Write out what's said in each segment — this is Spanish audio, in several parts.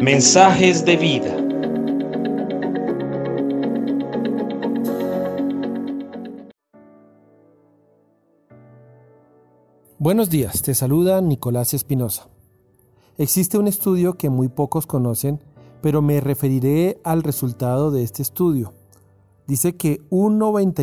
Mensajes de vida. Buenos días, te saluda Nicolás Espinosa. Existe un estudio que muy pocos conocen, pero me referiré al resultado de este estudio. Dice que un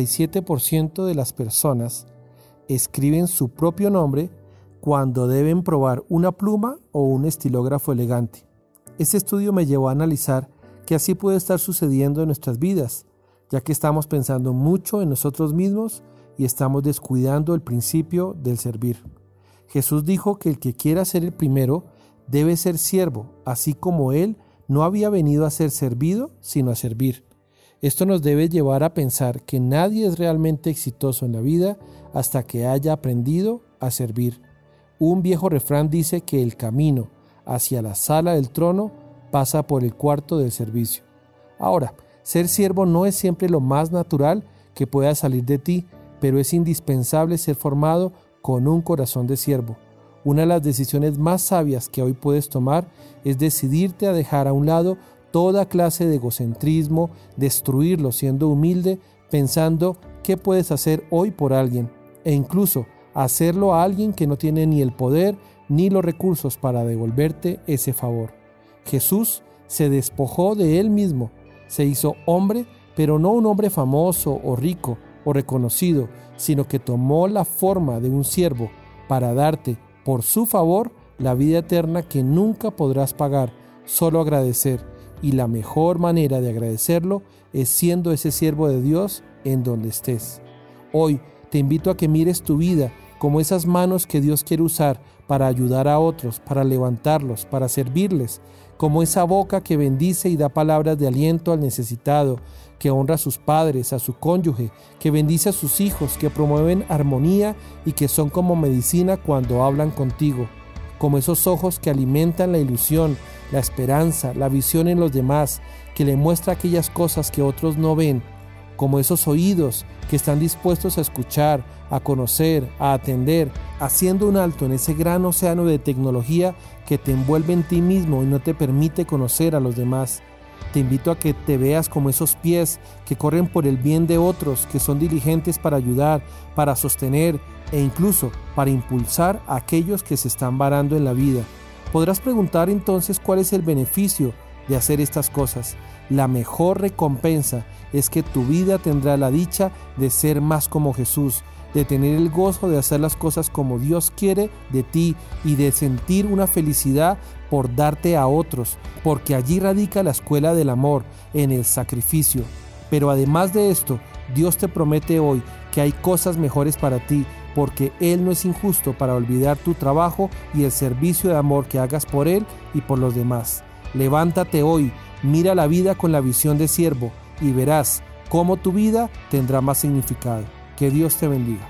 97% de las personas escriben su propio nombre cuando deben probar una pluma o un estilógrafo elegante. Este estudio me llevó a analizar que así puede estar sucediendo en nuestras vidas, ya que estamos pensando mucho en nosotros mismos y estamos descuidando el principio del servir. Jesús dijo que el que quiera ser el primero debe ser siervo, así como Él no había venido a ser servido, sino a servir. Esto nos debe llevar a pensar que nadie es realmente exitoso en la vida hasta que haya aprendido a servir. Un viejo refrán dice que el camino hacia la sala del trono pasa por el cuarto del servicio. Ahora, ser siervo no es siempre lo más natural que pueda salir de ti, pero es indispensable ser formado con un corazón de siervo. Una de las decisiones más sabias que hoy puedes tomar es decidirte a dejar a un lado toda clase de egocentrismo, destruirlo siendo humilde, pensando qué puedes hacer hoy por alguien, e incluso hacerlo a alguien que no tiene ni el poder ni los recursos para devolverte ese favor. Jesús se despojó de Él mismo, se hizo hombre, pero no un hombre famoso o rico o reconocido, sino que tomó la forma de un siervo para darte, por su favor, la vida eterna que nunca podrás pagar, solo agradecer. Y la mejor manera de agradecerlo es siendo ese siervo de Dios en donde estés. Hoy te invito a que mires tu vida como esas manos que Dios quiere usar para ayudar a otros, para levantarlos, para servirles, como esa boca que bendice y da palabras de aliento al necesitado, que honra a sus padres, a su cónyuge, que bendice a sus hijos, que promueven armonía y que son como medicina cuando hablan contigo, como esos ojos que alimentan la ilusión, la esperanza, la visión en los demás, que le muestra aquellas cosas que otros no ven, como esos oídos que están dispuestos a escuchar, a conocer, a atender, haciendo un alto en ese gran océano de tecnología que te envuelve en ti mismo y no te permite conocer a los demás. Te invito a que te veas como esos pies que corren por el bien de otros, que son diligentes para ayudar, para sostener e incluso para impulsar a aquellos que se están varando en la vida. Podrás preguntar entonces cuál es el beneficio de hacer estas cosas. La mejor recompensa es que tu vida tendrá la dicha de ser más como Jesús, de tener el gozo de hacer las cosas como Dios quiere de ti y de sentir una felicidad por darte a otros, porque allí radica la escuela del amor, en el sacrificio. Pero además de esto, Dios te promete hoy que hay cosas mejores para ti, porque Él no es injusto para olvidar tu trabajo y el servicio de amor que hagas por Él y por los demás. Levántate hoy, mira la vida con la visión de siervo y verás cómo tu vida tendrá más significado. Que Dios te bendiga.